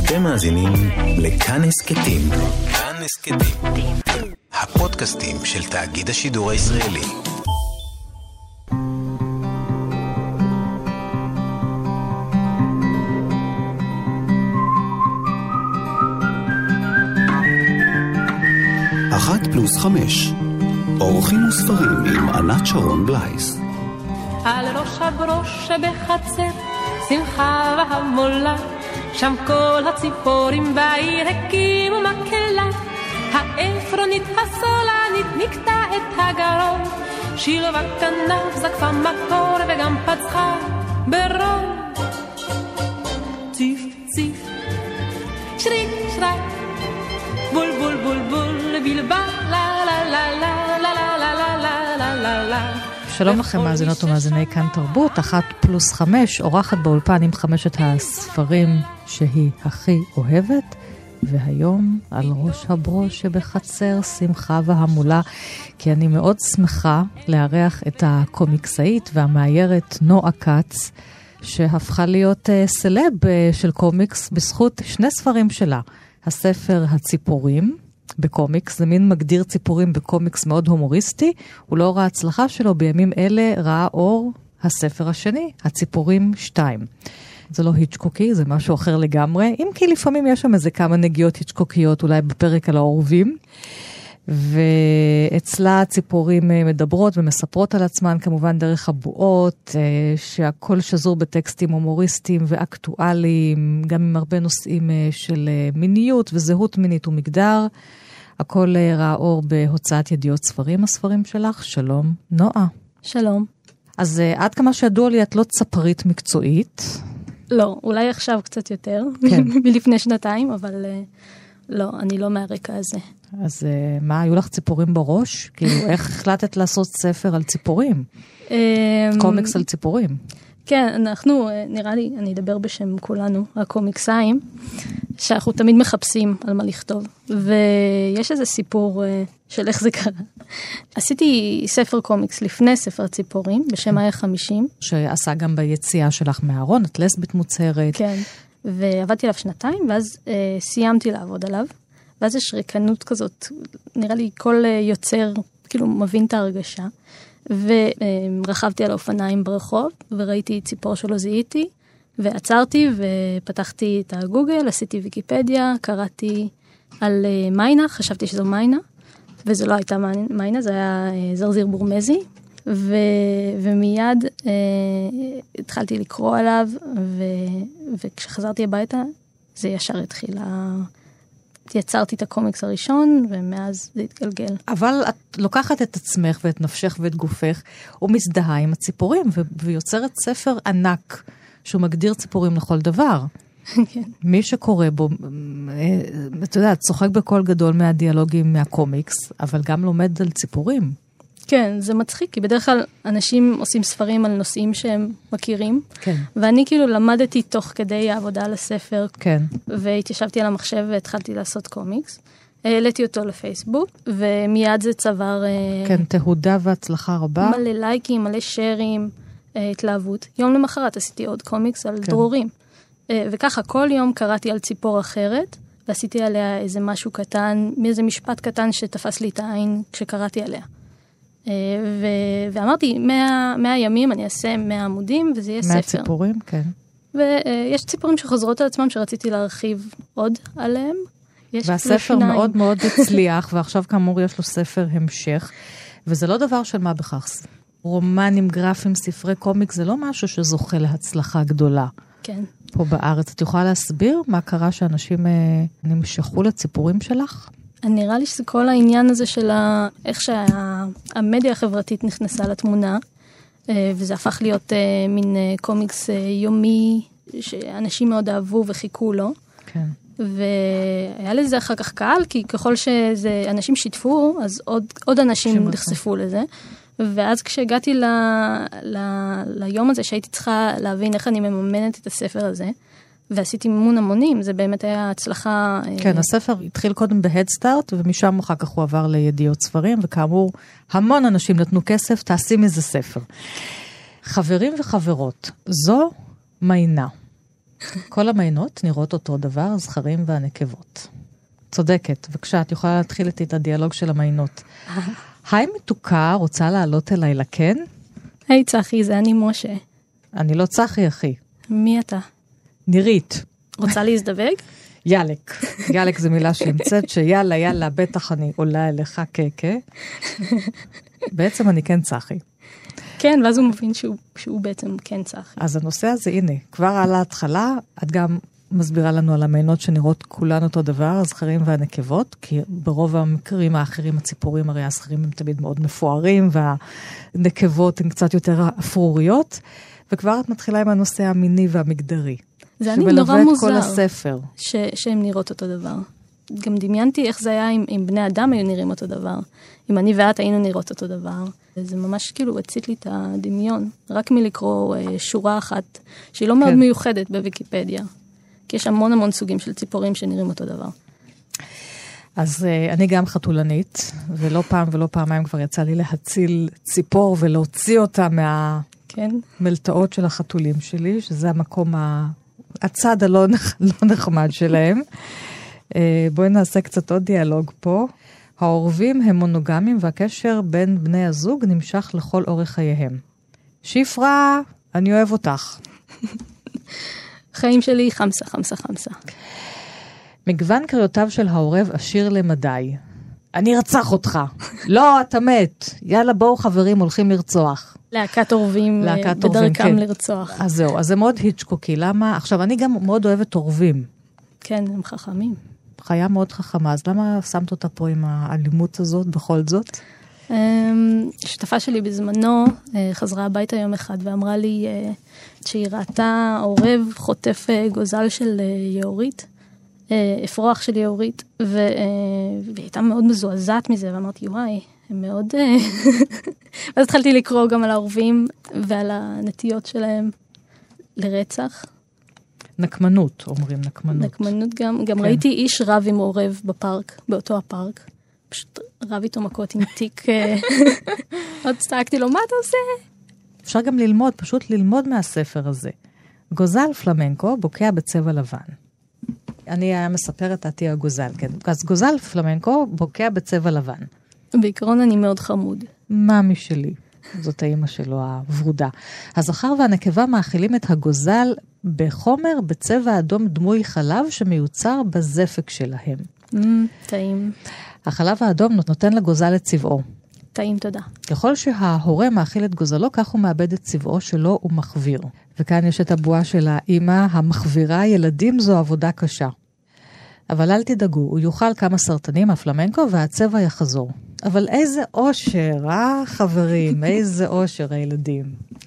אתם מאזינים לכאן הסקטים. כאן הסקטים. הפודקאסטים של תאגיד השידור הישראלי. אחת פלוס 5. אורחים וספרים עם ענת שרון בלייס. על ראש הברוש שבחצר שמחה והמולה, שם כל הציפורים בעיר הקימו מקהלה. האפרונית הסולנית נקטה את הגרון, שילוב הכנף זקפה מקור וגם פצחה ברון. ציף ציף שריק שרק בול בול בול בול בלבה לה לה לה לה לה לה לה לה לה לה. שלום לכם מאזינות ומאזיני כאן תרבות, 1 פלוס 5, אורחת באולפן עם 5 הספרים שהיא הכי אוהבת, והיום על ראש הברוש שבחצר שמחה והמולה, כי אני מאוד שמחה לארח את הקומיקסאית והמאיירת נועה כץ, שהפכה להיות סלב של קומיקס בזכות 2 ספרים שלה. הספר הציפורים בקומיקס, זה מין מגדיר ציפורים בקומיקס מאוד הומוריסטי, ולאור ההצלחה שלו בימים אלה ראה אור הספר השני, הציפורים 2. זה לא היצ'קוקי, זה משהו אחר לגמרי, אם כי לפעמים יש שם איזה כמה נגיעות היצ'קוקיות, אולי בפרק על האורבים, ואצלה הציפורים מדברות ומספרות על עצמן, כמובן דרך הבועות, שהכל שזור בטקסטים הומוריסטיים ואקטואליים, גם עם הרבה נושאים של מיניות וזהות מינית ומגדר. הכל ראה אור בהוצאת ידיעות ספרים, הספרים שלך. שלום, נועה. שלום. אז עד כמה שידוע לי, את לא צפרית מקצועית. לא, אולי עכשיו קצת יותר, כן. מלפני 2 אבל לא, אני לא מהרקע הזה. אז מה, היו לך ציפורים בראש? כאילו, איך החלטת לעשות ספר על ציפורים? קומיקס על ציפורים. כן, אנחנו, נראה לי, אני אדבר בשם כולנו, הקומיקסאים, שאנחנו תמיד מחפשים על מה לכתוב. ויש איזה סיפור של איך זה קרה. עשיתי ספר קומיקס לפני ספר ציפורים, בשם היה 50. שעשה גם ביציאה שלך מהארון, את לסבית מוצהרת. כן, ועבדתי עליו 2, ואז סיימתי לעבוד עליו. ואז יש ריקנות כזאת, נראה לי כל יוצר כאילו מבין את ההרגשה. ורחבתי על האופניים ברחוב, וראיתי ציפור שלא זיהיתי, ועצרתי ופתחתי את הגוגל, עשיתי ויקיפדיה, קראתי על מיינה, חשבתי שזו מיינה, וזה לא הייתה מיינה, זה היה זרזיר בורמזי, ומיד התחלתי לקרוא עליו, וכשחזרתי הביתה, זה ישר התחיל יצרתי את הקומיקס הראשון, ומאז זה התגלגל. אבל את לוקחת את עצמך ואת נפשך ואת גופך, ומזדהה עם הציפורים, ויוצרת ספר ענק, שהוא מגדיר ציפורים לכל דבר. כן. מי שקורא בו, אתה יודע, צוחק בכל גדול מהדיאלוגים מהקומיקס, אבל גם לומד על ציפורים. כן, זה מצחיק, כי בדרך כלל אנשים עושים ספרים על נושאים שהם מכירים, כן. ואני כאילו למדתי תוך כדי העבודה על הספר, כן. והתיישבתי על המחשב והתחלתי לעשות קומיקס. העליתי אותו לפייסבוק, ומיד זה צבר... כן, תהודה והצלחה רבה. מלא לייקים, מלא שרים, התלהבות. יום למחרת עשיתי עוד קומיקס על דרורים. וככה כל יום קראתי על ציפור אחרת, ועשיתי עליה איזה משהו קטן, איזה משפט קטן שתפס לי את העין כשקראתי עליה. ואמרתי, 100 ימים אני אעשה 100 עמודים, וזה יהיה ספר. 100 ציפורים, כן. ויש ציפורים שחוזרות על עצמם, שרציתי להרחיב עוד עליהם. והספר מאוד מאוד הצליח, ועכשיו כאמור יש לו ספר המשך, וזה לא דבר של מה בכך. רומנים, גרפים, ספרי קומיקס, זה לא משהו שזוכה להצלחה גדולה. כן. פה בארץ. את יכולה להסביר מה קרה שאנשים נמשכו לציפורים שלך? נראה לי שזה כל העניין הזה של איך שהמדיה החברתית נכנסה לתמונה, וזה הפך להיות מין קומיקס יומי, שאנשים מאוד אהבו וחיכו לו. כן. והיה לזה אחר כך קהל, כי ככל שאנשים שיתפו, אז עוד אנשים נחשפו לזה. ואז כשהגעתי ליום הזה, שהייתי צריכה להבין איך אני מממנת את הספר הזה, ועשיתי מימון המונים, זה באמת היה הצלחה... כן, הספר התחיל קודם בהדסטארט, ומשם אחר כך הוא עבר לידיעות ספרים, וכאמור, המון אנשים נתנו כסף, תעשי מזה ספר. חברים וחברות, זו מיינה. כל המיינות נראות אותו דבר, הזכרים והנקבות. צודקת, בבקשה, את יכולה להתחיל איתי את הדיאלוג של המיינות. היי מתוקה, רוצה לעלות אליי לקן? היי צחי, זה אני משה. אני לא צחי, אחי. מי אתה? נירית. רוצה להזדווג? ילק. ילק זו מילה שהמצאת, שיאללה, יאללה, בטח אני עולה אליך קקה. בעצם אני כן צחי. כן, ואז הוא מבין שהוא בעצם כן צחי. אז הנושא הזה, הנה, כבר על ההתחלה, את גם מסבירה לנו על המיינות שנראות כולן אותו דבר, הזכרים והנקבות, כי ברוב המקרים האחרים, הציפורים, הרי הזכרים הם תמיד מאוד מפוארים, והנקבות הן קצת יותר אפרוריות, וכבר את מתחילה עם הנושא המיני והמגדרי. זה אני נורא מוזר. כל הספר. שהן נראות אותו דבר. גם דמיינתי איך זה היה אם בני אדם היו נראים אותו דבר. אם אני ואת היינו נראות אותו דבר. זה ממש כאילו הציט לי את הדמיון. רק מלקרוא שורה אחת, שהיא לא מאוד מיוחדת בוויקיפדיה. כי יש המון סוגים של ציפורים שנראים אותו דבר. אז אני גם חתולנית, ולא פעם ולא פעמיים כבר יצא לי להציל ציפור ולהוציא אותה מהמלטעות של החתולים שלי, שזה המקום הצד הלא נחמד שלהם. בואי נעשה קצת עוד דיאלוג פה. העורבים הם מונוגמים והקשר בין בני הזוג נמשך לכל אורך חייהם. שפרה, אני אוהב אותך. חיים שלי חמסה, חמסה, חמסה. מגוון קריאותיו של העורב עשיר למדי. אני רצח אותך. לא, אתה מת. יאללה, בואו חברים, הולכים לרצוח. להקת עורבים בדרכם לרצוח. אז זהו, אז זה מאוד היצ'קוקי. למה? עכשיו, אני גם מאוד אוהבת עורבים. כן, הם חכמים. חיה מאוד חכמה, אז למה שמת אותה פה עם האלימות הזאת בכל זאת? שותפה שלי בזמנו חזרה הביתה יום אחד ואמרה לי שהיא ראתה עורב חוטף גוזל של יאורית, אפרוח של יאורית, והיא הייתה מאוד מזועזעת מזה, ואמרתי, וואי, הם מאוד... ואז התחלתי לקרוא גם על העורבים ועל הנטיות שלהם לרצח. נקמנות, אומרים נקמנות. נקמנות גם. גם ראיתי איש רב עם עורב בפארק, באותו הפארק. פשוט רב איתו מכות עם תיק. עוד צעקתי לו, מה אתה עושה? אפשר גם ללמוד, פשוט ללמוד מהספר הזה. גוזל פלמנקו בוקע בצבע לבן. אני מספרת עתי הגוזל, כן. אז גוזל פלמנקו בוקע בצבע לבן. בעיקרון אני מאוד חמוד. מאמי שלי. זאת האמא שלו הוורודה. הזכר והנקבה מאכילים את הגוזל בחומר בצבע אדום דמוי חלב שמיוצר בזפק שלהם. טעים. החלב האדום נותן לגוזל את צבעו. טעים, תודה. ככל שההורה מאכיל את גוזלו, כך הוא מאבד את צבעו שלו ומחביר. וכאן יש את הבועה של האמא המחבירה, ילדים זו עבודה קשה. אבל אל תדאגו, הוא יאכל כמה סרטנים הפלמנקו והצבע יחזור. אבל איזה אושר, חברים, איזה אושר הילדים.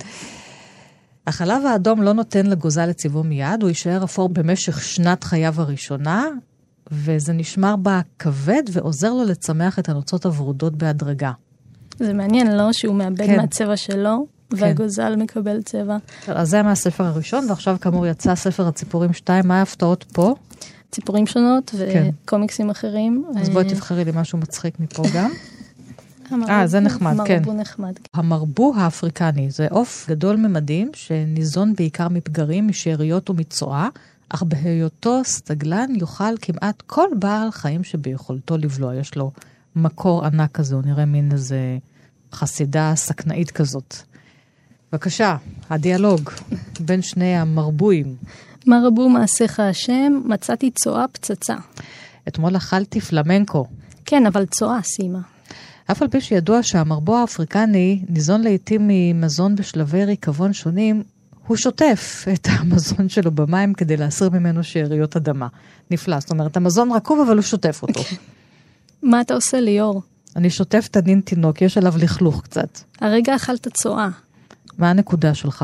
החלב האדום לא נותן לגוזל את צבעו מיד, הוא יישאר אפור במשך שנת חייו הראשונה, וזה נשמר בה כבד ועוזר לו לצמח את הנוצות הוורודות בהדרגה. זה מעניין, לא? שהוא מאבד מהצבע שלו, והגוזל מקבל צבע. אז זה מהספר הראשון, ועכשיו כאמור יצא ספר הציפורים 2, מה ההפתעות פה? ציפורים שונות וקומיקסים אחרים. אז בואי תבחרי לי משהו מצחיק מפה גם. זה נחמד, כן. מרבו נחמד. המרבו האפריקני, זה עוף גדול ממדים, שניזון בעיקר מפגרים, משאריות ומצואה, אך בהיותו סטגלן יאכל כמעט כל בעל חיים שביכולתו לבלוע. יש לו מקור ענק כזה, הוא נראה מין איזה חסידה סכנאית כזאת. בבקשה, הדיאלוג בין שני המרבויים. מרבו מעשיך השם, מצאתי צועה פצצה. אתמול אכלתי פלמנקו. כן, אבל צועה סיימה. אף על פי שידוע שהמרבו האפריקני ניזון לעתים ממזון בשלבי ריקבון שונים, הוא שוטף את המזון שלו במים כדי להסיר ממנו שאריות אדמה. נפלא, זאת אומרת, המזון רקוב אבל הוא שוטף אותו. מה אתה עושה ליאור? אני שוטף תנין תינוק, יש עליו לכלוך קצת. הרגע אכלת צועה. מה הנקודה שלך?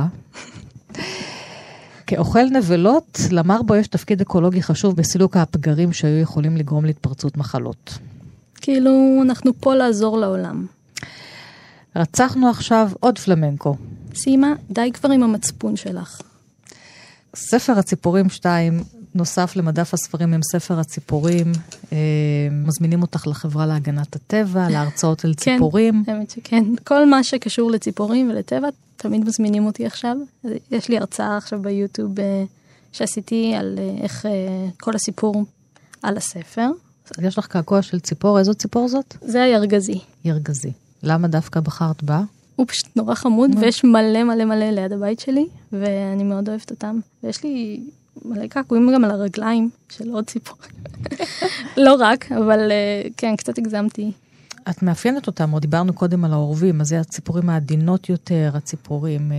כאוכל נבלות, למרבו יש תפקיד אקולוגי חשוב בסילוק הפגרים שהיו יכולים לגרום להתפרצות מחלות. כאילו, אנחנו פה לעזור לעולם. רצחנו עכשיו עוד פלמנקו. סיימה, די כבר עם המצפון שלך. ספר הציפורים 2, נוסף למדף הספרים עם ספר הציפורים, מזמינים אותך לחברה להגנת הטבע, להרצאות על ציפורים. כן, האמת שכן. כל מה שקשור לציפורים ולטבע, תמיד מזמינים אותי עכשיו. יש לי הרצאה עכשיו ביוטיוב שעשיתי על איך כל הסיפור על הספר. יש לך קעקוע של ציפור, איזו ציפור זאת? זה הירגזי. ירגזי. למה דווקא בחרת בה? הוא פשוט נורא חמוד, ויש מלא מלא מלא ליד הבית שלי, ואני מאוד אוהבת אותם. ויש לי מלא קעקועים גם על הרגליים של עוד ציפור. לא רק, אבל כן, קצת הגזמתי. את מאפיינת אותם, או דיברנו קודם על העורבים, אז זה הציפורים העדינות יותר, הציפורים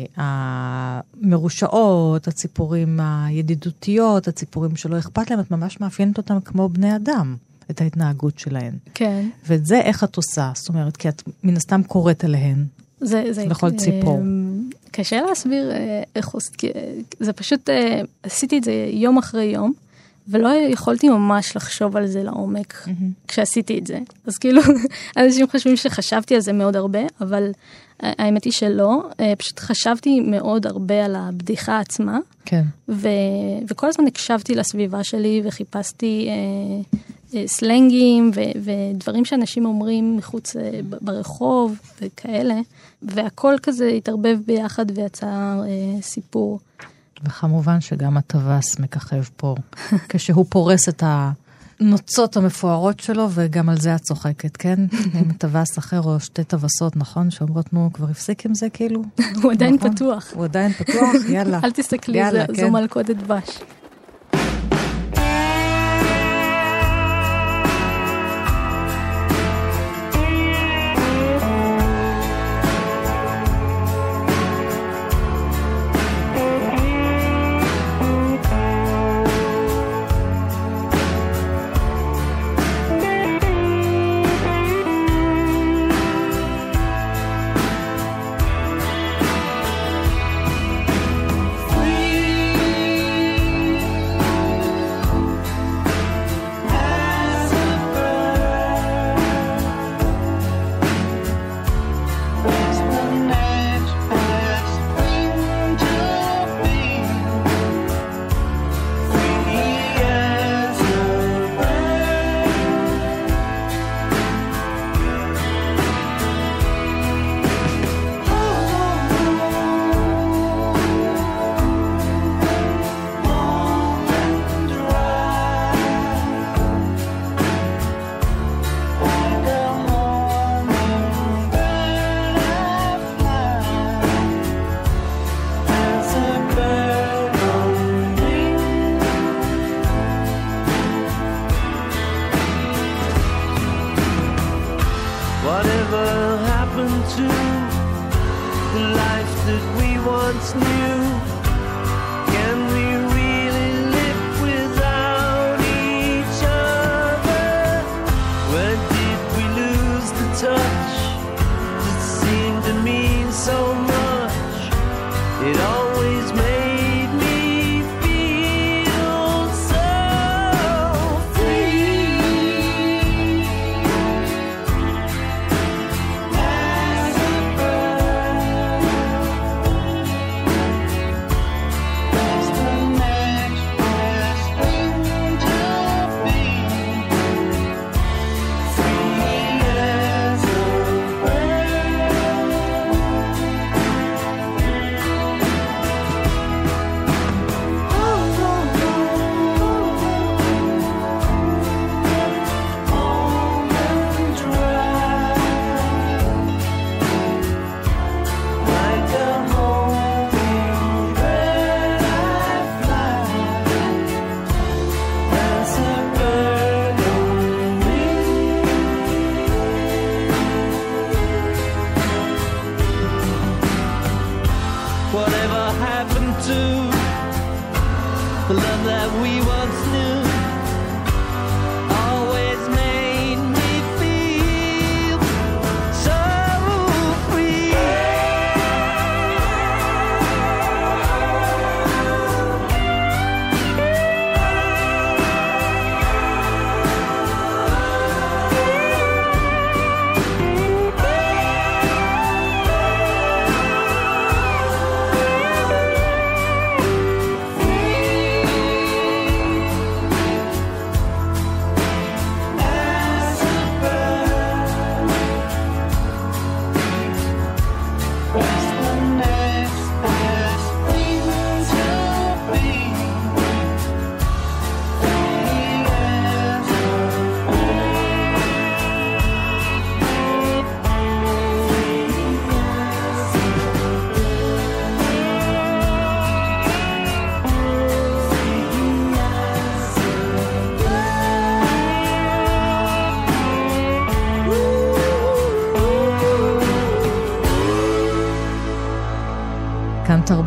המרושעות, הציפורים הידידותיות, הציפורים שלא אכפת להם, את ממש מאפיינת אותם כמו בני אדם, את ההתנהגות שלהן. כן. ואת זה איך את עושה? זאת אומרת, כי את מן הסתם קוראת עליהן, לכל ציפור. קשה להסביר איך עושה, זה פשוט, עשיתי את זה יום אחרי יום, ולא יכולתי ממש לחשוב על זה לעומק כשעשיתי את זה. אז כאילו, אנשים חושבים שחשבתי על זה מאוד הרבה, אבל האמת היא שלא. פשוט חשבתי מאוד הרבה על הבדיחה עצמה. כן. וכל הזמן הקשבתי לסביבה שלי, וחיפשתי סלנגים, ודברים שאנשים אומרים מחוץ ברחוב, וכאלה. והכל כזה התערבב ביחד ויצא סיפור. וכמובן שגם הטווס מככב פה, כשהוא פורס את הנוצות המפוארות שלו, וגם על זה את צוחקת, כן? עם טווס אחר או שתי טווסות, נכון? שאומרות, נו, כבר הפסיק עם זה כאילו? הוא עדיין פתוח. הוא עדיין פתוח, יאללה. אל תסתכלי, זו מלכודת דבש.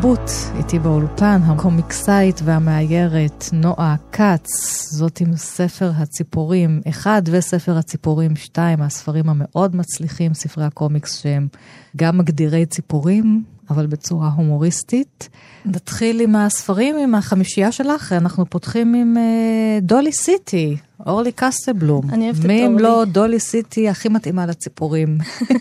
בוט, איתי באולפן, הקומיקסאית והמאיירת נועה קץ, זאת עם ספר הציפורים 1 וספר הציפורים 2, הספרים המאוד מצליחים, ספרי הקומיקס שהם גם מגדירי ציפורים, אבל בצורה הומוריסטית. נתחיל עם הספרים, עם החמישייה שלך, אנחנו פותחים עם דולי סיטי, אורלי קסטלבלום. אני אוהבת את מי אם אורלי. לא דולי סיטי הכי מתאימה לציפורים.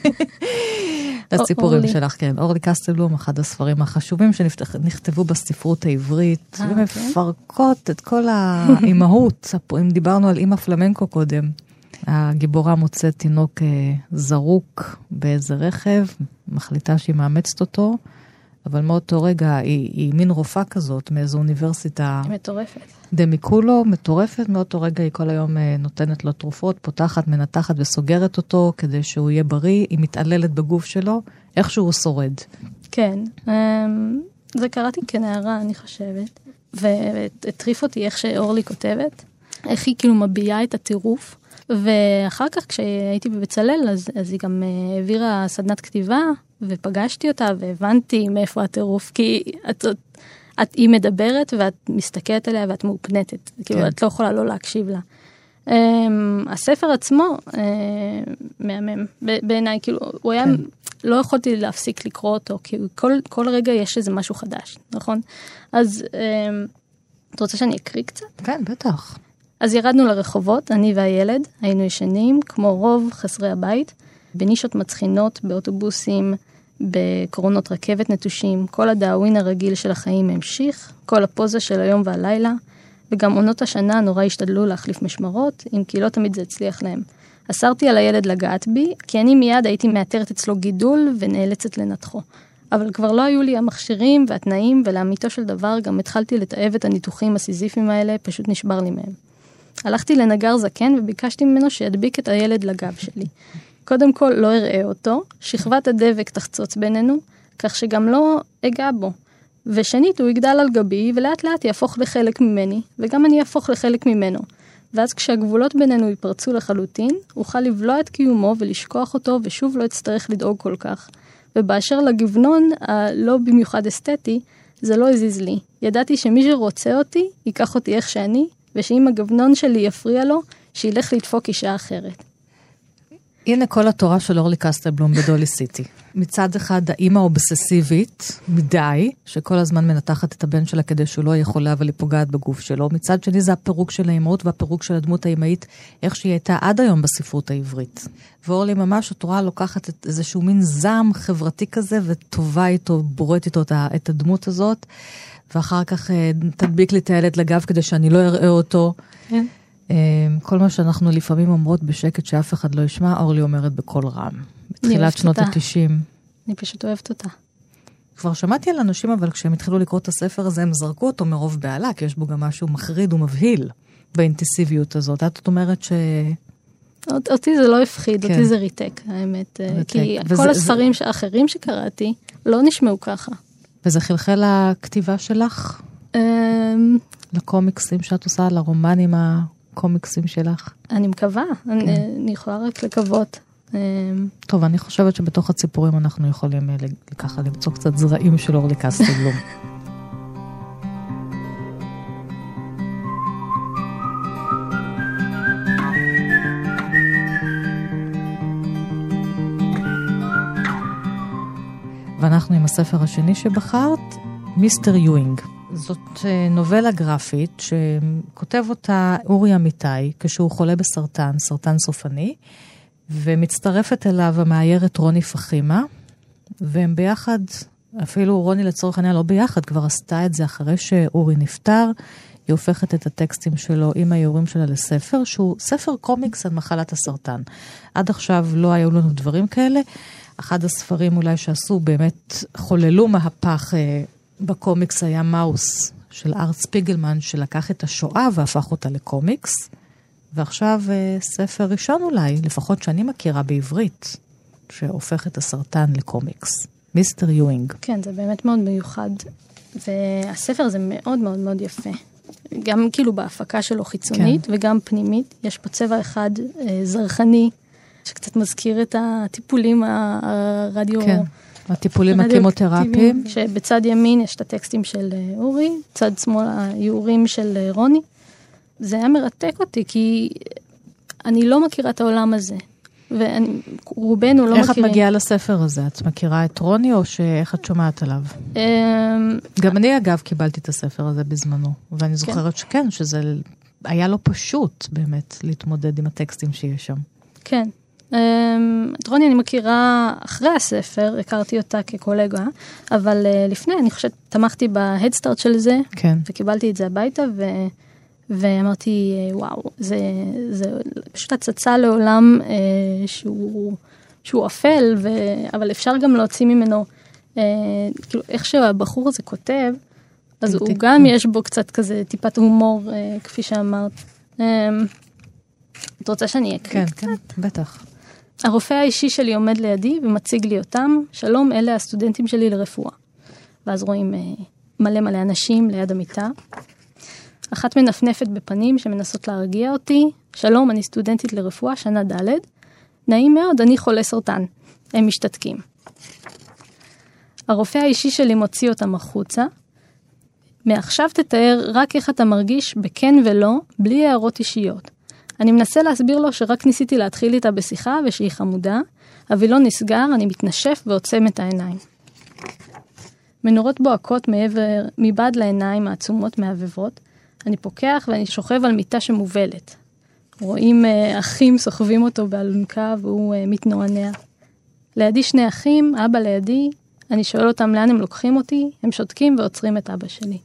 לציפורים אורלי. שלך, כן. אורלי קסטלבלום, אחד הספרים החשובים שנכתבו בספרות העברית, ומפרקות את כל האימהות, אם דיברנו על אימא פלמנקו קודם. הגיבורה מוצאת תינוק זרוק באיזה רכב, מחליטה שהיא מאמצת אותו, אבל מאותו רגע היא מין רופאה כזאת, מאיזו אוניברסיטה מטורפת. דמיקולו, מטורפת, מאותו רגע היא כל היום נותנת לו תרופות, פותחת, מנתחת וסוגרת אותו, כדי שהוא יהיה בריא, היא מתעללת בגוף שלו, איכשהו הוא שורד. כן, זה קראתי כנערה, אני חושבת, והטריף אותי איך שאורלי כותבת, איך היא כאילו מביעה את הטירוף, ואחר כך כשהייתי בבצלאל, אז היא גם העבירה סדנת כתיבה, ופגשתי אותה, והבנתי מאיפה הטירוף, כי היא מדברת, ואת מסתכלת עליה, ואת מאופנתת, כאילו את לא יכולה לא להקשיב לה. הספר עצמו, מהמם, בעיניי, כאילו, הוא היה, לא יכולתי להפסיק לקרוא אותו, כי כל רגע יש איזה משהו חדש, נכון? אז, את רוצה שאני אקריא קצת? כן, בטח. אז ירדנו לרחובות, אני והילד, היינו ישנים, כמו רוב חסרי הבית, בנישות מצחינות, באוטובוסים, בקרונות רכבת נטושים, כל הדאווין הרגיל של החיים המשיך, כל הפוזה של היום והלילה, וגם עונות השנה נורא השתדלו להחליף משמרות, אם כי לא תמיד זה הצליח להם. אסרתי על הילד לגעת בי, כי אני מיד הייתי מאתרת אצלו גידול ונאלצת לנתחו. אבל כבר לא היו לי המכשירים והתנאים, ולאמיתו של דבר גם התחלתי לתאב את הניתוחים הסיזיפיים האלה, פשוט נשבר לי מהם. הלכתי לנגר זקן וביקשתי ממנו שידביק את הילד לגב שלי. קודם כל לא אראה אותו, שכבת הדבק תחצוץ בינינו, כך שגם לא אגע בו. ושנית הוא יגדל על גבי ולאט לאט יהפוך לחלק ממני, וגם אני אהפוך לחלק ממנו. ואז כשהגבולות בינינו ייפרצו לחלוטין, אוכל לבלוע את קיומו ולשכוח אותו ושוב לא אצטרך לדאוג כל כך. ובאשר לגוונון הלא במיוחד אסתטי, זה לא הזיז לי. ידעתי שמי שרוצה אותי, ייקח אותי איך שאני, ושאם הגוונון שלי יפריע לו, שילך לדפוק אישה אחרת. הנה כל התורה של אורלי קסטלבלום בדולי סיטי. מצד אחד, האמא אובססיבית מדי, שכל הזמן מנתחת את הבן שלה כדי שהוא לא יהיה חולה, אבל היא פוגעת בגוף שלו. מצד שני, זה הפירוק של האמהות והפירוק של הדמות האמהית, איך שהיא הייתה עד היום בספרות העברית. ואורלי ממש, התורה לוקחת את איזשהו מין זעם חברתי כזה, וטובה איתו, בוראת איתו את הדמות הזאת, ואחר כך תדביק לי את הילד לגב כדי שאני לא אראה אותו. כן. כל מה שאנחנו לפעמים אומרות בשקט שאף אחד לא ישמע, אורלי אומרת בכל רם. בתחילת שנות ה-90. אני פשוט אוהבת אותה. כבר שמעתי על אנשים, אבל כשהם התחילו לקרוא את הספר הזה, הם זרקו אותו מרוב בעלה, כי יש בו גם משהו מחריד ומבהיל באינטנסיביות הזאת. את אומרת ש... אותי זה לא הפחיד, אותי זה ריטק, האמת. כי כל הספרים האחרים שקראתי לא נשמעו ככה. וזה חלחל לכתיבה שלך? לקומיקסים שאת עושה, לרומנים הקומיקסים שלך? אני מקווה, אני יכולה רק לקוות. טוב, אני חושבת שבתוך הציפורים אנחנו יכולים ככה למצוא קצת זרעים של אורלי קסטלבלום. ואנחנו עם הספר השני שבחרת, מיסטר יואינג. זאת נובלה גרפית שכותב אותה אורי אמיתי כשהוא חולה בסרטן, סרטן סופני, ומצטרפת אליו המאיירת רוני פחימה, והם ביחד, אפילו רוני לצורך העניין לא ביחד, כבר עשתה את זה אחרי שאורי נפטר, היא הופכת את הטקסטים שלו עם האיורים שלה לספר, שהוא ספר קומיקס על מחלת הסרטן. עד עכשיו לא היו לנו דברים כאלה, אחד הספרים אולי שעשו באמת חוללו מהפך בקומיקס היה מאוס של ארט ספיגלמן, שלקח את השואה והפך אותה לקומיקס, ועכשיו ספר ראשון אולי, לפחות שאני מכירה בעברית, שהופך את הסרטן לקומיקס. מיסטר יואינג. כן, זה באמת מאוד מיוחד, והספר הזה מאוד מאוד מאוד יפה. גם כאילו בהפקה שלו חיצונית, כן. וגם פנימית. יש פה צבע אחד זרחני, שקצת מזכיר את הטיפולים הרדיו, כן. הטיפולים הקימותרפיים. שבצד ימין יש את הטקסטים של אורי, צד שמאל האיורים של רוני. זה היה מרתק אותי, כי אני לא מכירה את העולם הזה. ורובנו לא מכירים. איך את מגיעה לספר הזה? את מכירה את רוני או שאיך את שומעת עליו? גם אני אגב קיבלתי את הספר הזה בזמנו, ואני זוכרת שכן, שזה היה לא פשוט באמת להתמודד עם הטקסטים שיש שם. כן. את רוני אני מכירה אחרי הספר, הכרתי אותה כקולגה, אבל לפני אני חושבת, תמכתי בהדסטארט של זה, כן. וקיבלתי את זה הביתה, ואמרתי, וואו, זה פשוט הצצה לעולם שהוא אפל, אבל אפשר גם להוציא ממנו, כאילו, איך שהבחור הזה כותב, אז הוא גם יש בו קצת כזה טיפת הומור, כפי שאמרת. את רוצה שאני אקריא קצת? כן, בטח. הרופא האישי שלי עומד לידי ומציג לי אותם, שלום, אלה הסטודנטים שלי לרפואה. ואז רואים מלא אנשים ליד המיטה. אחת מנפנפת בפנים שמנסות להרגיע אותי, שלום, אני סטודנטית לרפואה, שנה ד', נעים מאוד, אני חולה סרטן. הם משתתקים. הרופא האישי שלי מוציא אותם החוצה, מעכשיו תתאר רק איך אתה מרגיש בכן ולא, בלי הערות אישיות. אני מנסה להסביר לו שרק ניסיתי להתחיל איתה בשיחה ושהיא חמודה, אבל לא נסגר, אני מתנשף ועוצם את העיניים. מנורות בוהקות מבעד לעיניים העצומות מהבבות, אני פוקח ואני שוכב על מיטה שמובלת. רואים אחים סוחבים אותו באלונקה והוא מתנוענע. לידי שני אחים, אבא לידי, אני שואל אותם לאן הם לוקחים אותי, הם שותקים ועוצרים את אבא שלי.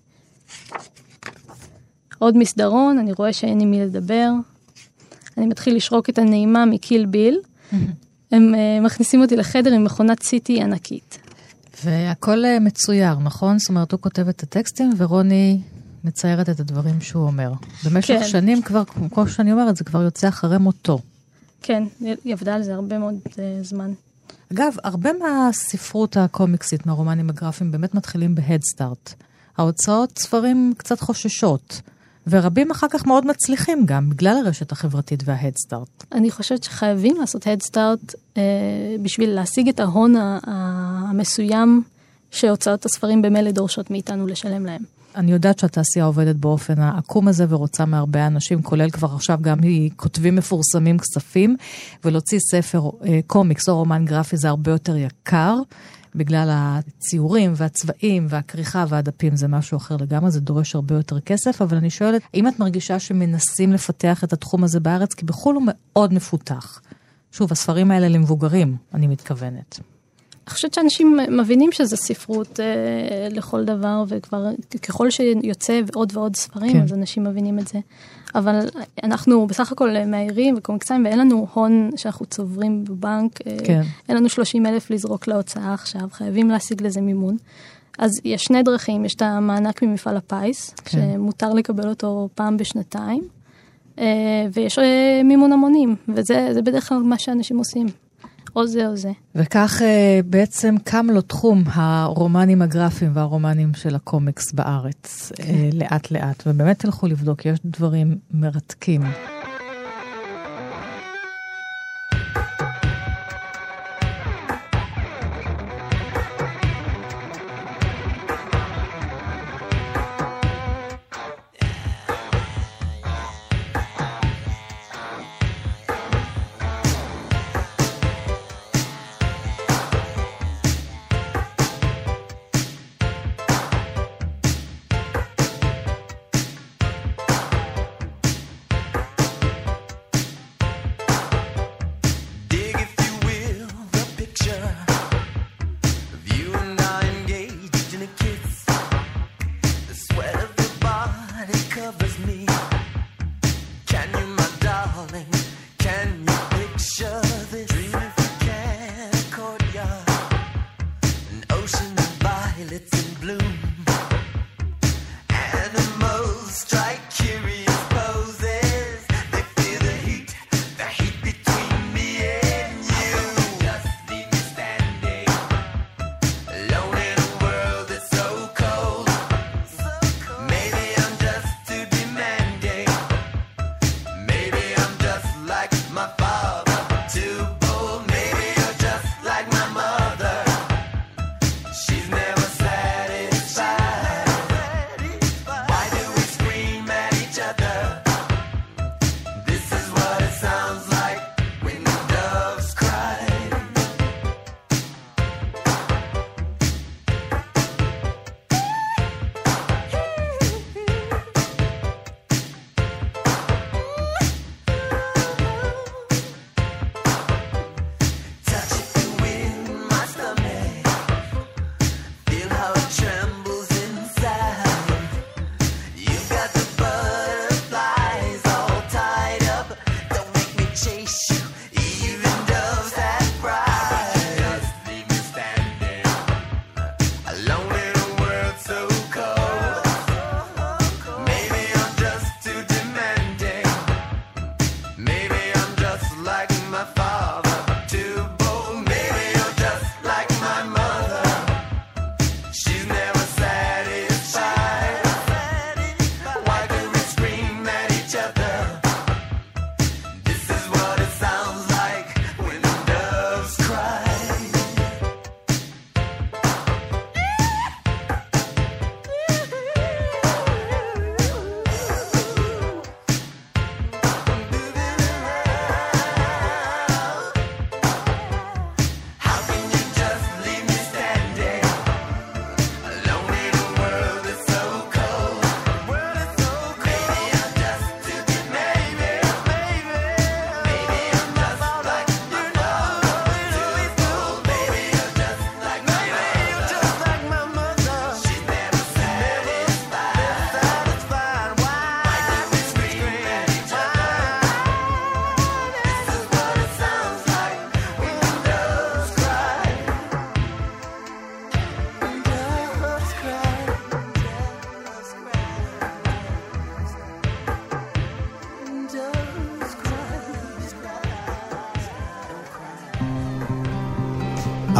עוד מסדרון, אני רואה שאין עם מי לדבר. אני מתחיל לשרוק את הנעימה מקיל ביל. הם מכניסים אותי לחדר עם מכונת סיטי ענקית. והכל מצויר, נכון? זאת אומרת, הוא כותב את הטקסטים, ורוני מציירת את הדברים שהוא אומר. במשך שנים כבר, כמו שאני אומרת, זה כבר יוצא אחרי מותו. כן, היא עבדה על זה הרבה מאוד זמן. אגב, הרבה מהספרות הקומיקסית, מהרומנים הגרפיים, באמת מתחילים בהדסטארט. ההוצאות ספרים קצת חוששות, ורבים אחר כך מאוד מצליחים גם, בגלל הרשת החברתית וההדסטארט. אני חושבת שחייבים לעשות הדסטארט בשביל להשיג את ההון המסוים שהוצאות הספרים במילא דורשות מאיתנו לשלם להם. אני יודעת שהתעשייה עובדת באופן העקום הזה ורוצה מהרבה אנשים, כולל כבר עכשיו גם היא כותבים מפורסמים כספים, ולהוציא ספר קומיקס או רומן גרפי זה הרבה יותר יקר, בגלל הציורים והצבעים והכריכה והדפים זה משהו אחר לגמרי, זה דורש הרבה יותר כסף, אבל אני שואלת, האם את מרגישה שמנסים לפתח את התחום הזה בארץ? כי בחול הוא מאוד מפותח. שוב, הספרים האלה למבוגרים, אני מתכוונת. אני חושבת שאנשים מבינים שזה ספרות לכל דבר, וכבר ככל שיוצא עוד ועוד ספרים, כן. אז אנשים מבינים את זה. אבל אנחנו בסך הכל מהירים וקומיקסאים, ואין לנו הון שאנחנו צוברים בבנק, כן. אין לנו 30,000 לזרוק להוצאה עכשיו, חייבים להשיג לזה מימון. אז יש שני דרכים, יש את המענק ממפעל הפיס, כן. שמותר לקבל אותו פעם בשנתיים, ויש מימון המונים, וזה בדרך כלל מה שאנשים עושים. או זה או זה. וכך בעצם קם לו תחום הרומנים הגרפיים והרומנים של הקומיקס בארץ, לאט לאט. ובאמת תלכו לבדוק, יש דברים מרתקים.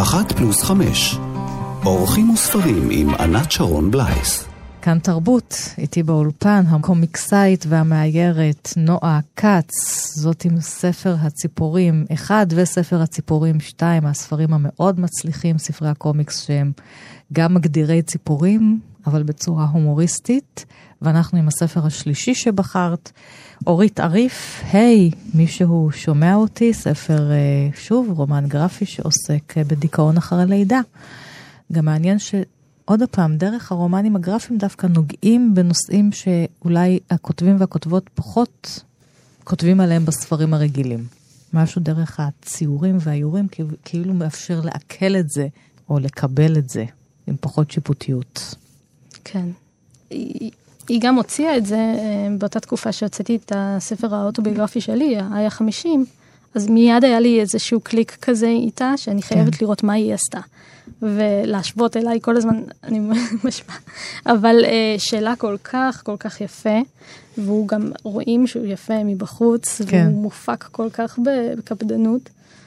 1+5. אורחים וספרים עם ענת שרון בלייס. כאן תרבות, איתי באולפן, הקומיקסאית והמאיירת נועה קץ, זאת עם ספר הציפורים 1 וספר הציפורים 2, הספרים המאוד מצליחים, ספרי הקומיקס שהם גם מגדירי ציפורים, אבל בצורה הומוריסטית, ואנחנו עם הספר השלישי שבחרת, אורית עריף, היי, מישהו שומע אותי, ספר שוב, רומן גרפי שעוסק בדיכאון אחר הלידה. גם מעניין עוד הפעם, דרך הרומנים הגרפיים דווקא נוגעים בנושאים שאולי הכותבים והכותבות פחות כותבים עליהם בספרים הרגילים. משהו דרך הציורים והאיורים כאילו מאפשר לעכל את זה, או לקבל את זה, עם פחות שיפוטיות. כן. היא גם הוציאה את זה באותה תקופה שהוצאתי את הספר האוטוביוגרפי שלי, היה 50, אז מיד היה לי איזשהו קליק כזה איתה, שאני חייבת לראות מה היא עשתה. ולהשוות אליי כל הזמן, אני משמע. אבל שאלה כל כך יפה, והוא גם רואים שהוא יפה מבחוץ, והוא מופק כל כך בקפדנות,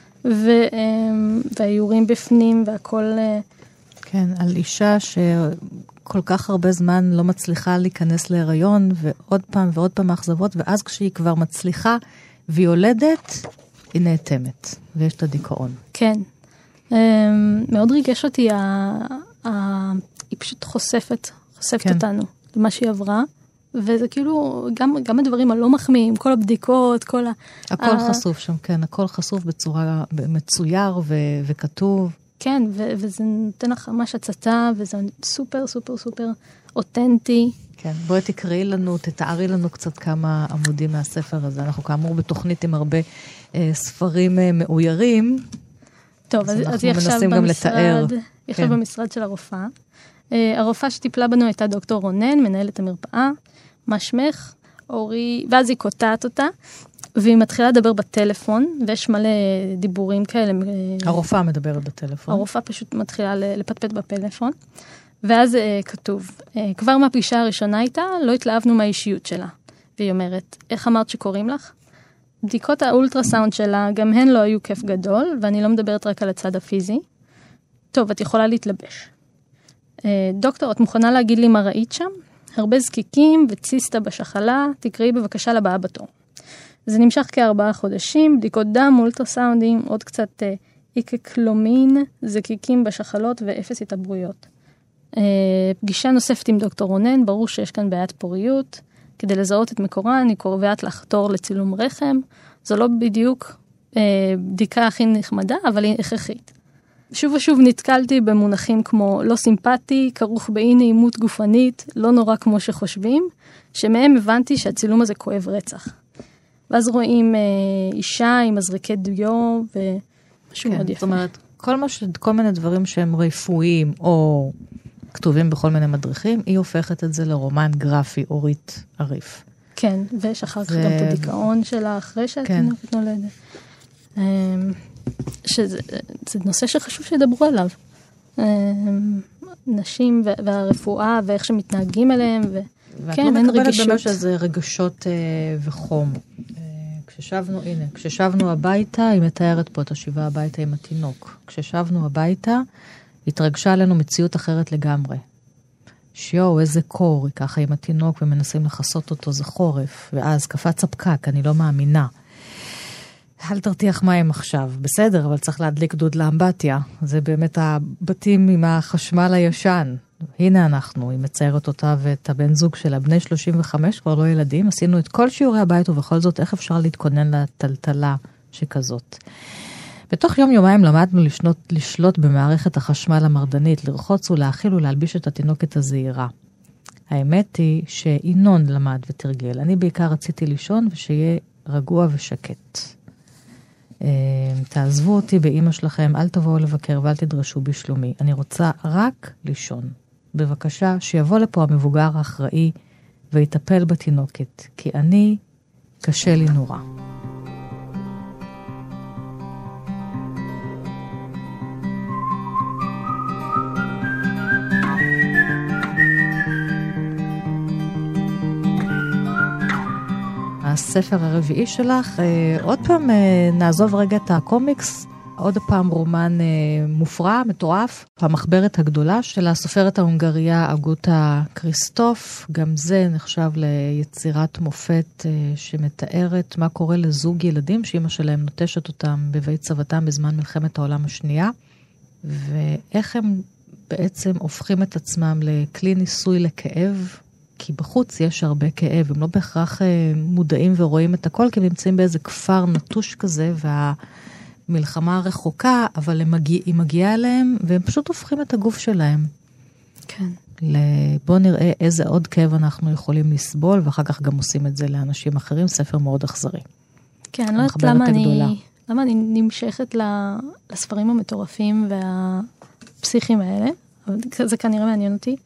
והאיורים בפנים, והכל... כן, על אישה שכל כך הרבה זמן לא מצליחה להיכנס להיריון, ועוד פעם האכזבות, ואז כשהיא כבר מצליחה והיא יולדת, היא נאטמת, ויש את הדיכאון. כן. מאוד ריגש אותי, היא פשוט חושפת אותנו למה שהיא עברה, וזה כאילו, גם הדברים הלא מחמיאים, כל הבדיקות, הכל חשוף שם, כן, הכל חשוף בצורה מצויר וכתוב. כן, וזה נותן לך ממש הצצה, וזה סופר, סופר, סופר אותנטי. כן, בואי תקראי לנו, תתארי לנו קצת כמה עמודים מהספר הזה. אנחנו כאמור בתוכנית עם הרבה ספרים מאוירים. טוב, אז היא עכשיו במשרד של הרופאה. הרופאה שטיפלה בנו הייתה דוקטור רונן, מנהלת המרפאה, מה שמך, אורי, ואז היא קוטעת אותה, והיא מתחילה לדבר בטלפון, ויש מלא דיבורים כאלה. הרופאה מדברת בטלפון. הרופאה פשוט מתחילה לפטפט בפלאפון, ואז כתוב, כבר מהפגישה הראשונה איתה, לא התלהבנו מהאישיות שלה. והיא אומרת, איך אמרת שקוראים לך? בדיקות האולטרסאונד שלה, גם הן לא היו כיף גדול, ואני לא מדברת רק על הצד הפיזי. טוב, את יכולה להתלבש. דוקטור, את מוכנה להגיד לי מה ראית שם? הרבה זקיקים וציסטה בשחלה, תקראי בבקשה לבאה בתור. זה נמשך כ4 חודשים, בדיקות דם, אולטרסאונדים, עוד קצת איקקלומין, זקיקים בשחלות ואפס התעברויות. פגישה נוספת עם דוקטור רונן, ברור שיש כאן בעיית פוריות, כדי לזהות את מקורה, אני קוראת לחתור לצילום רחם, זו לא בדיוק בדיקה הכי נחמדה, אבל היא הכרחית. שוב ושוב נתקלתי במונחים כמו לא סימפטי, כרוך באי נעימות גופנית, לא נורא כמו שחושבים, שמהם הבנתי שהצילום הזה כואב רצח. ואז רואים אישה עם מזריקי דיו, ומשהו מאוד יפה. זאת אומרת, כל מיני דברים שהם רפואיים, או כתובים בכל מיני מדריכים, היא הופכת את זה לרומן גרפי, אורית עריף. כן, ויש אחר כך גם את הדיכאון שלה, אחרי שהתינוקת נולדת. שזה נושא שחשוב שידברו עליו. נשים והרפואה, ואיך שמתנהגים אליהם, וכן, אין רגישות. ואת לא מקבלת במה שזה רגשות וחום. כששבנו הביתה, היא מתארת פה את השיבה הביתה עם התינוק. כששבנו הביתה, התרגשה עלינו מציאות אחרת לגמרי. שיו, איזה קור, היא ככה עם התינוק ומנסים לחסות אותו, זה חורף. ואז קפץ הפקק, אני לא מאמינה. אל תרתיח מים עכשיו, בסדר, אבל צריך להדליק דוד לאמבטיה. זה באמת הבתים עם החשמל הישן. הנה אנחנו, היא מציירת אותה ואת הבן זוג שלה, בני 35, כבר לא ילדים. עשינו את כל שיעורי הבית, ובכל זאת, איך אפשר להתכונן לטלטלה שכזאת. בתוך יום-יומיים למדנו לשלוט במערכת החשמל המרדנית, לרחוץ ולהאכיל ולהלביש את התינוקת הזעירה. האמת היא שאינון למד ותרגל. אני בעיקר רציתי לישון ושיהיה רגוע ושקט. תעזבו אותי באמא שלכם, אל תבואו לבקר ואל תדרשו בשלומי. אני רוצה רק לישון. בבקשה, שיבוא לפה המבוגר האחראי ויטפל בתינוקת, כי אני קשה לי נורא. הספר הרביעי שלך, עוד פעם נעזוב רגע את הקומיקס, עוד פעם רומן מופרע, מטורף, המחברת הגדולה של הסופרת ההונגריה אגוטה כריסטוף. גם זה נחשב ליצירת מופת שמתארת מה קורה לזוג ילדים שאמא שלהם נוטשת אותם בבית סבתם בזמן מלחמת העולם השנייה, ואיך הם בעצם הופכים את עצמם לכלי ניסוי לכאב, כי בחוץ יש הרבה כאב, הם לא בהכרח מודעים ורואים את הכל, כי הם נמצאים באיזה כפר נטוש כזה, והמלחמה רחוקה, אבל היא מגיעה אליהם, והם פשוט הופכים את הגוף שלהם. כן. בוא נראה איזה עוד כאב אנחנו יכולים לסבול, ואחר כך גם עושים את זה לאנשים אחרים, ספר מאוד אכזרי. כן, אני לא יודעת למה אני נמשכת לספרים המטורפים והפסיכיים האלה, אבל זה כנראה מעניין אותי.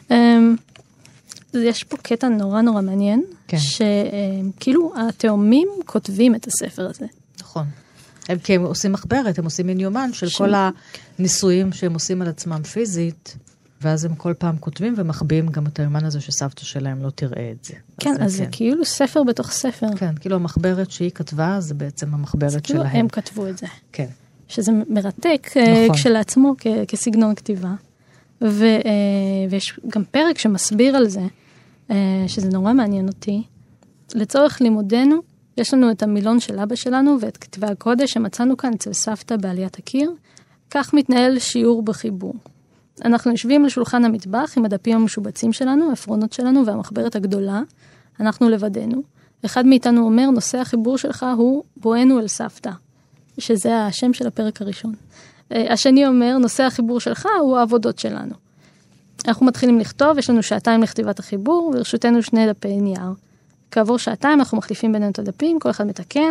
יש פה קטע נורא נורא מעניין, כן. שכאילו התאומים כותבים את הספר הזה. נכון. כי הם עושים מחברת, הם עושים מין יומן של כל הניסויים שהם עושים על עצמם פיזית, ואז הם כל פעם כותבים ומחביאים גם את היומן הזה שסבתא שלהם לא תראה את זה. כן, אז זה כאילו ספר בתוך ספר. כן, כאילו המחברת שהיא כתבה, זה בעצם המחברת שלהם. כאילו הם כתבו את זה. כן. שזה מרתק כשלעצמו כסגנון כתיבה. ויש גם פרק שמסביר על זה, שזה נורא מעניין אותי. לצורך לימודנו, יש לנו את המילון של אבא שלנו ואת כתבי הקודש שמצאנו כאן אצל סבתא בעליית הקיר. כך מתנהל שיעור בחיבור. אנחנו יושבים לשולחן המטבח עם הדפים המשובצים שלנו, העפרונות שלנו והמחברת הגדולה. אנחנו לבדנו. אחד מאיתנו אומר, נושא החיבור שלך הוא בואנו אל סבתא, שזה השם של הפרק הראשון. השני אומר, נושא החיבור שלך הוא העבודות שלנו. אנחנו מתחילים לכתוב, יש לנו 2 לכתיבת החיבור, ורשותנו 2 דפי נייר. כעבור 2 אנחנו מחליפים בינינו את הדפים, כל אחד מתקן.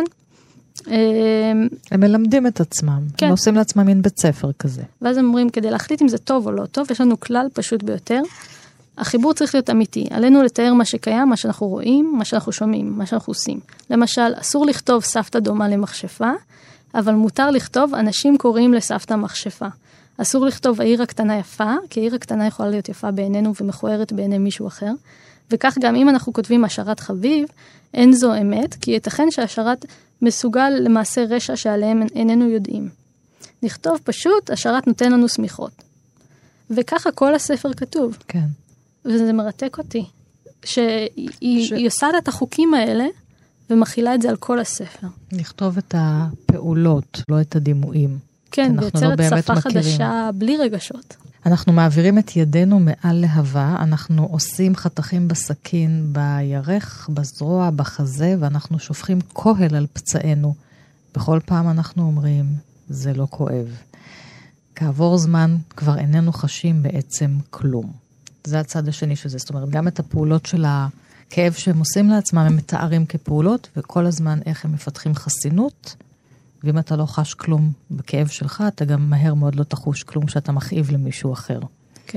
הם מלמדים את עצמם, כן. הם עושים לעצמם מין בית ספר כזה. ואז הם אומרים, כדי להחליט אם זה טוב או לא טוב, יש לנו כלל פשוט ביותר. החיבור צריך להיות אמיתי. עלינו לתאר מה שקיים, מה שאנחנו רואים, מה שאנחנו שומעים, מה שאנחנו עושים. למשל, אסור לכתוב סבתא דומה למכשפה, אבל מותר לכתוב אנשים קוראים לסבתא מכשפה. אסור לכתוב העיר הקטנה יפה, כי העיר הקטנה יכולה להיות יפה בעינינו ומכוערת בעיני מישהו אחר. וכך גם אם אנחנו כותבים השערת חביב, אין זו אמת, כי ייתכן שהשערת מסוגל למעשה רשע שעליהם איננו יודעים. נכתוב פשוט, השערת נותן לנו סמיכות. וככה כל הספר כתוב. כן. וזה מרתק אותי. שהיא עושה את החוקים האלה, ומכילה את זה על כל הספר. נכתוב את הפעולות, לא את הדימויים. כן, ויוצרת שפה חדשה בלי רגשות. אנחנו מעבירים את ידינו מעל להבה, אנחנו עושים חתכים בסכין, בירך, בזרוע, בחזה, ואנחנו שופכים כהל על פצענו. בכל פעם אנחנו אומרים, זה לא כואב. כעבור זמן כבר איננו חשים בעצם כלום. זה הצד השני של זה. זאת אומרת, גם את הפעולות של הכאב שהם עושים לעצמם, הם מתארים כפעולות, וכל הזמן איך הם מפתחים חסינות, ואם אתה לא חש כלום בכאב שלך, אתה גם מהר מאוד לא תחוש כלום שאתה מכאיב למישהו אחר. כן.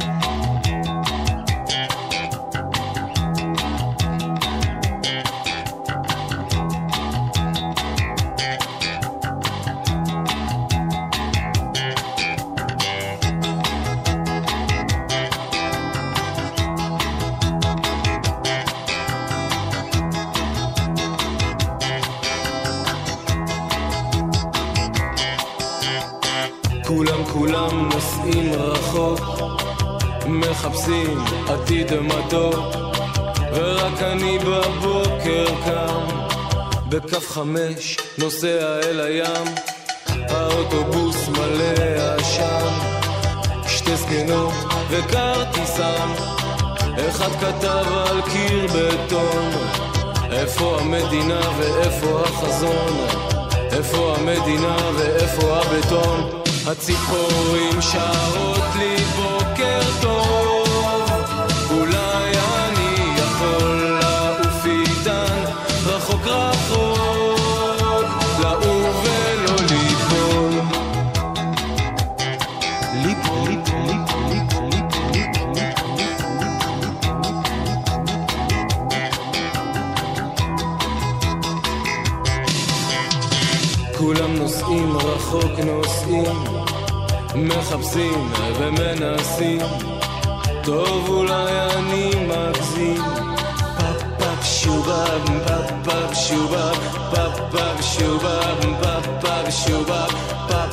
כולם נוסעים רחוק, מחפשים עתיד מתוק, ורק אני בבוקר קם, בכף 5 נוסע אל הים, האוטובוס מלא עשן, 2 זקנות וכרטיסן, אחד כתב על קיר בטון, איפה המדינה ואיפה החזון, איפה המדינה ואיפה הבטון. הציפורים שרות לי בוקר טוב, אולי אני יכול לעוף איתן רחוק רחוק, לעוף ולא ליפול. כולם נוסעים רחוק נוסעים, מחפשים ומנסים, טוב אולי אני מגזים. פאפאפ שובב, פאפאפ שובב, פאפאפ שובב, פאפאפ שובב,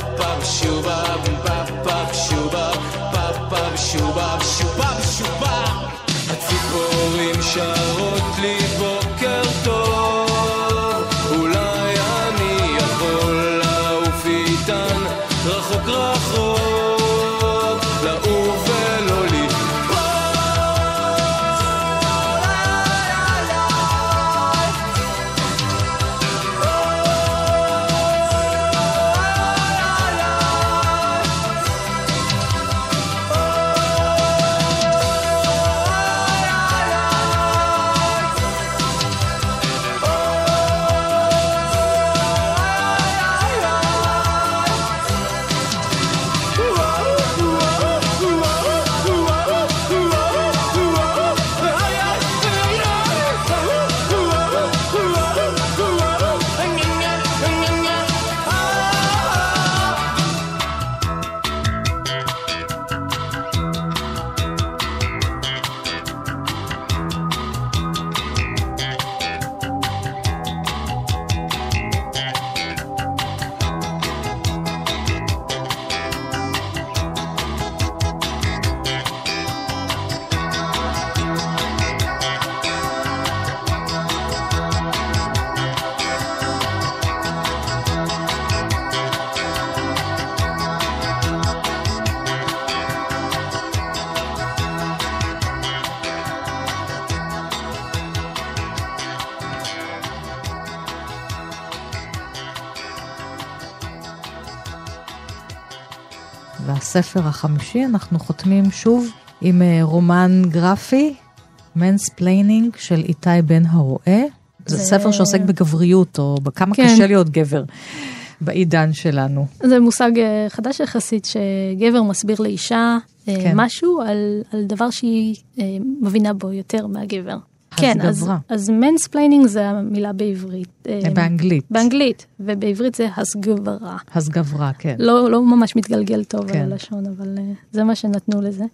והספר החמישי אנחנו חותמים שוב עם רומן גרפי, Mansplaining של איתי בן הרועה. זה ספר שעוסק בגבריות, או בכמה קשה להיות גבר בעידן שלנו. זה מושג חדש יחסית, שגבר מסביר לאישה משהו על דבר שהיא מבינה בו יותר מהגבר. כן, אז mansplaining זה המילה בעברית. באנגלית. באנגלית, ובעברית זה הסגברה. הסגברה, כן. לא ממש מתגלגל טוב על הלשון, אבל זה מה שנתנו לזה.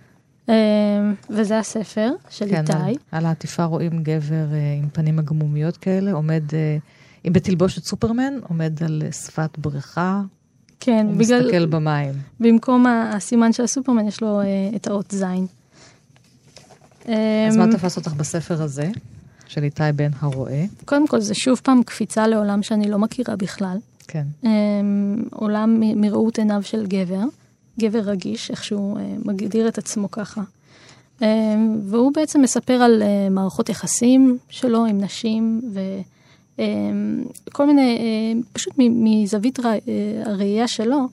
וזה הספר של איתי. על העטיפה רואים גבר עם פנים הגמומיות כאלה, עומד, עם בתלבושת סופרמן, עומד על שפת בריכה, כן, הוא מסתכל במים. במקום הסימן של הסופרמן יש לו את האות זין. אז מה תפס אותך בספר הזה, של איתי בן הרועה? קודם כל, זה שוב פעם קפיצה לעולם שאני לא מכירה בכלל. כן. עולם מראות עיניו של גבר, גבר רגיש, איך שהוא מגדיר את עצמו ככה. והוא בעצם מספר על מערכות יחסים שלו עם נשים, וכל מיני, פשוט מזווית הראייה שלו,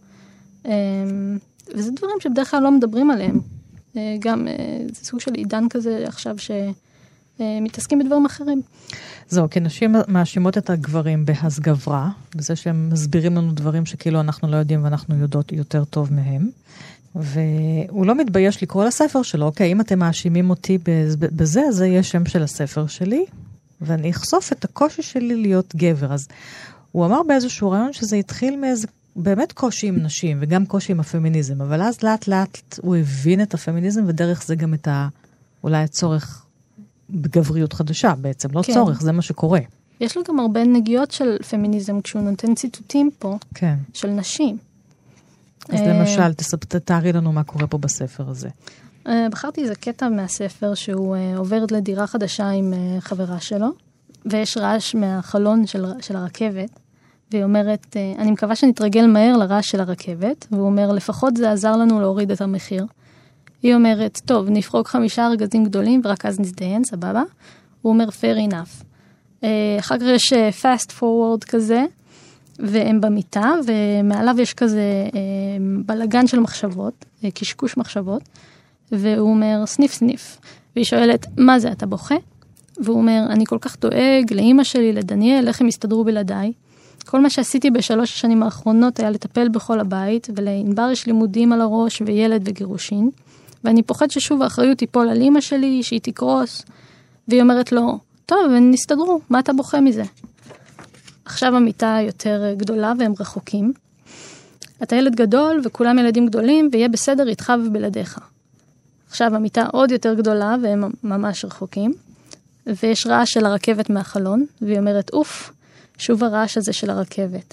וזה דברים שבדרך כלל לא מדברים עליהם. גם זה סוג של עידן כזה עכשיו שמתעסקים בדברים אחרים. זהו, כי נשים מאשימות את הגברים בהסגברה, בזה שהם מסבירים לנו דברים שכאילו אנחנו לא יודעים ואנחנו יודעות יותר טוב מהם. והוא לא מתבייש לקרוא לספר שלו, אוקיי, אם אתם מאשימים אותי בזה, אז זה יהיה שם של הספר שלי, ואני אחשוף את הקושי שלי להיות גבר. אז הוא אמר באיזשהו רעיון שזה התחיל מאיזה באמת קושי עם נשים, וגם קושי עם הפמיניזם, אבל אז לאט לאט הוא הבין את הפמיניזם, ודרך זה גם את אולי הצורך בגבריות חדשה בעצם, לא צורך, זה מה שקורה. יש לו גם הרבה נגיעות של פמיניזם, כשהוא נותן ציטוטים פה, של נשים. אז למשל, תתארי לנו מה קורה פה בספר הזה. בחרתי איזה קטע מהספר, שהוא עובר לדירה חדשה עם חברה שלו, ויש רעש מהחלון של הרכבת, והיא אומרת, אני מקווה שנתרגל מהר לרעש של הרכבת, והוא אומר, לפחות זה עזר לנו להוריד את המחיר. היא אומרת, טוב, נפרוק 5 ארגזים גדולים, ורק אז נזדיין, סבבה? הוא אומר, fair enough. אחר כך יש fast forward כזה, והם במיטה, ומעליו יש כזה בלגן של מחשבות, קשקוש מחשבות, והוא אומר, סניף סניף. והיא שואלת, מה זה, אתה בוכה? והוא אומר, אני כל כך דואג לאמא שלי, לדניאל, איך הם יסתדרו בלעדיי. כל מה שעשיתי ב3 השנים האחרונות היה לטפל בכל הבית, ולענבר יש לימודים על הראש וילד וגירושין, ואני פוחד ששוב האחריות תיפול על אמא שלי, שהיא תקרוס, והיא אומרת לו, טוב, הם נסתדרו, מה אתה בוכה מזה? עכשיו המיטה יותר גדולה והם רחוקים. אתה ילד גדול וכולם ילדים גדולים, ויהיה בסדר איתך ובלעדיך. עכשיו המיטה עוד יותר גדולה והם ממש רחוקים, ויש רעש של הרכבת מהחלון, והיא אומרת, אוף, שוב הרעש הזה של הרכבת.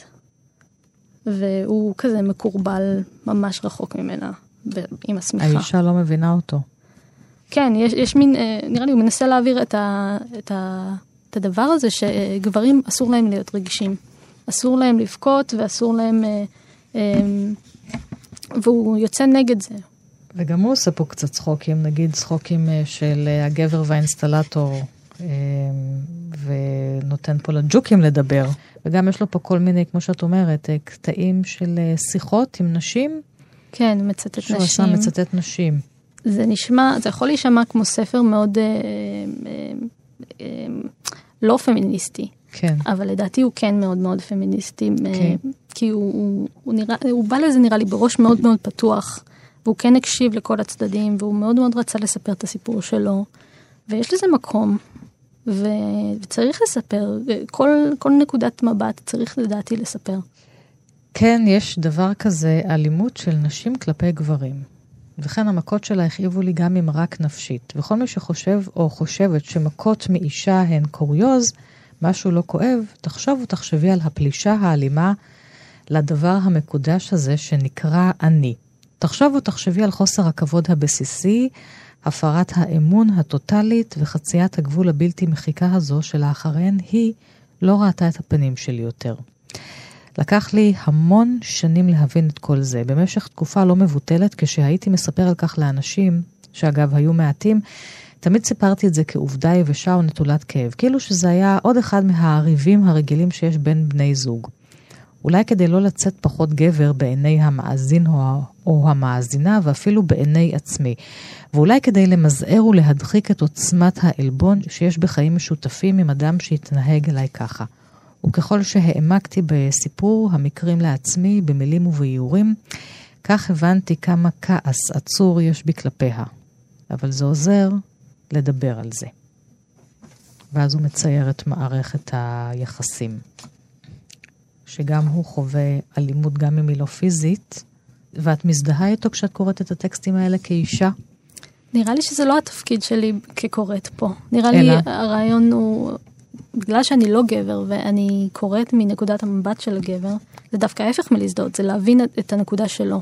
והוא כזה מקורבל ממש רחוק ממנה, עם השמיכה. האישה לא מבינה אותו. כן, יש מין, נראה לי, הוא מנסה להעביר את הדבר הזה, שגברים אסור להם להיות רגישים. אסור להם לבכות, ואסור להם, והוא יוצא נגד זה. וגם הוא עושה פה קצת צחוקים, נגיד צחוקים של הגבר והאינסטלטור, ונותן פה לג'וקים לדבר. וגם יש לו פה כל מיני, כמו שאת אומרת, קטעים של שיחות עם נשים. כן, מצטט נשים. שהוא עשה מצטט נשים. זה נשמע, זה יכול להישמע כמו ספר מאוד לא פמיניסטי. כן. אבל לדעתי הוא כן מאוד מאוד פמיניסטי. כן. כי הוא בא לזה נראה לי בראש מאוד מאוד פתוח. והוא כן הקשיב לכל הצדדים, והוא מאוד מאוד רצה לספר את הסיפור שלו. ויש לזה מקום. וצריך לספר, כל נקודת מבט צריך לדעתי לספר. כן, יש דבר כזה, אלימות של נשים כלפי גברים. וכן המכות שלה הכאיבו לי גם אם רק נפשית. וכל מי שחושב או חושבת שמכות מאישה הן קוריוז, משהו לא כואב, תחשוב ותחשבי על הפלישה האלימה לדבר המקודש הזה שנקרא אני. תחשוב ותחשבי על חוסר הכבוד הבסיסי, הפרת האמון הטוטלית וחציית הגבול הבלתי מחיקה הזו שלאחריהן היא לא ראתה את הפנים שלי יותר. לקח לי המון שנים להבין את כל זה. במשך תקופה לא מבוטלת, כשהייתי מספר על כך לאנשים, שאגב היו מעטים, תמיד סיפרתי את זה כעובדה יבשה או נטולת כאב, כאילו שזה היה עוד אחד מהריבים הרגילים שיש בין בני זוג. אולי כדי לא לצאת פחות גבר בעיני המאזין או המאזינה, ואפילו בעיני עצמי. ואולי כדי למזער ולהדחיק את עוצמת העלבון שיש בחיים משותפים עם אדם שהתנהג אליי ככה. וככל שהעמקתי בסיפור המקרים לעצמי, במילים ובאיורים, כך הבנתי כמה כעס עצור יש בי כלפיה. אבל זה עוזר לדבר על זה. ואז הוא מצייר את מערכת היחסים. שגם הוא חווה אלימות גם אם היא לא פיזית, ואת מזדהה איתו כשאת קוראת את הטקסטים האלה כאישה? נראה לי שזה לא התפקיד שלי כקוראת פה. נראה לי הרעיון הוא, בגלל שאני לא גבר, ואני קוראת מנקודת המבט של הגבר, זה דווקא ההפך מלהזדהות, זה להבין את הנקודה שלו.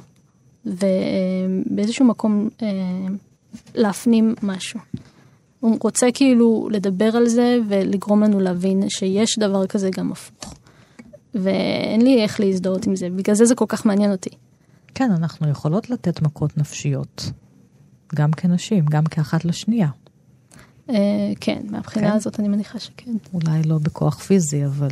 ובאיזשהו מקום להפנים משהו. הוא רוצה כאילו לדבר על זה, ולגרום לנו להבין שיש דבר כזה גם הפוך. ואין לי איך להזדהות עם זה, בגלל זה כל כך מעניין אותי. כן, אנחנו יכולות לתת מכות נפשיות. גם כנשים, גם כאחת לשנייה. כן, מהבחינה הזאת אני מניחה שכן. אולי לא בכוח פיזי, אבל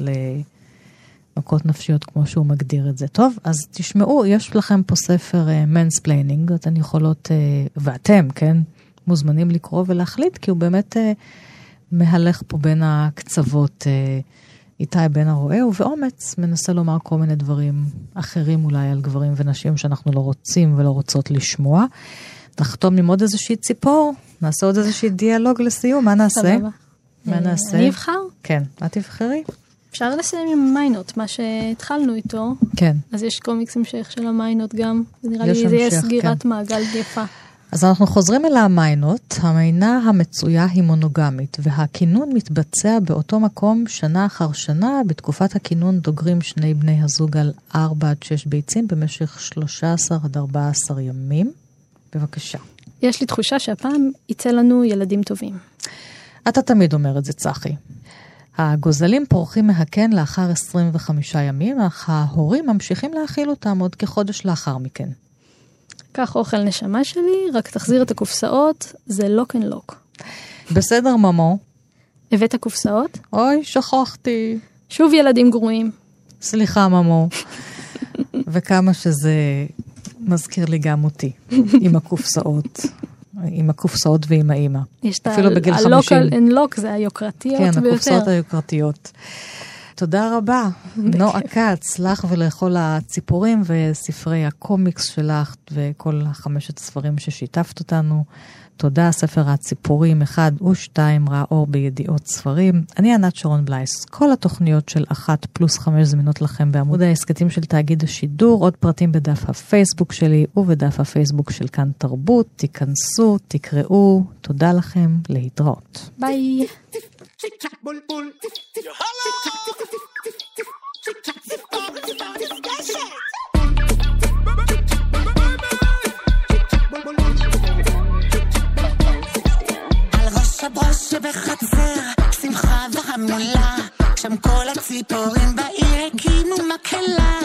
מכות נפשיות כמו שהוא מגדיר את זה. טוב, אז תשמעו, יש לכם פה ספר מנספליינינג, אתן יכולות, ואתם, כן, מוזמנים לקרוא ולהחליט, כי הוא באמת מהלך פה בין הקצוות, איתי בן הרועה, ובאומץ מנסה לומר כל מיני דברים אחרים אולי על גברים ונשים שאנחנו לא רוצים ולא רוצות לשמוע. נחתום עם עוד איזושהי ציפור, נעשה עוד איזושהי דיאלוג לסיום, מה נעשה? סבבה. מה נעשה? אני אבחר? כן, את תבחרי. אפשר לסיים עם מיינות, מה שהתחלנו איתו. כן. אז יש קומיקס המשך של המיינות גם, ונראה לי זה יהיה סגירת מעגל יפה. אז אנחנו חוזרים אל המיינות. המינה המצויה היא מונוגמית, והכינון מתבצע באותו מקום שנה אחר שנה. בתקופת הכינון דוגרים שני בני הזוג על 4 עד 6 ביצים במשך 13 עד 14 ימים. בבקשה. יש לי תחושה שהפעם יצא לנו ילדים טובים. אתה תמיד אומר את זה, צחי. הגוזלים פורחים מהקן לאחר 25 ימים, אך ההורים ממשיכים להאכיל אותם עוד כחודש לאחר מכן. כך אוכל נשמה שלי, רק תחזיר את הקופסאות, זה לוק אנד לוק. בסדר, ממו. הבאת הקופסאות? אוי, שכחתי. שוב ילדים גרועים. סליחה, ממו. וכמה שזה מזכיר לי גם אותי, עם הקופסאות. עם הקופסאות ועם האמא. אפילו בגיל 50. הלוק אנד לוק זה היוקרתיות ביותר. כן, הקופסאות היוקרתיות. תודה רבה. נועה כץ, לך ולכל הציפורים וספרי הקומיקס שלך וכל 5 הספרים ששיתפת אותנו. תודה, ספר הציפורים 1 ו2 ראה אור בידיעות ספרים. אני ענת שרון בלייס. כל התוכניות של 1+5 זמינות לכם בעמוד העסקתים של תאגיד השידור. עוד פרטים בדף הפייסבוק שלי ובדף הפייסבוק של כאן תרבות. תיכנסו, תקראו. תודה לכם, להתראות. ביי. הברוש שבחצר, שמחה והמולה, שם כל הציפורים בעיר הקימו מקהלה.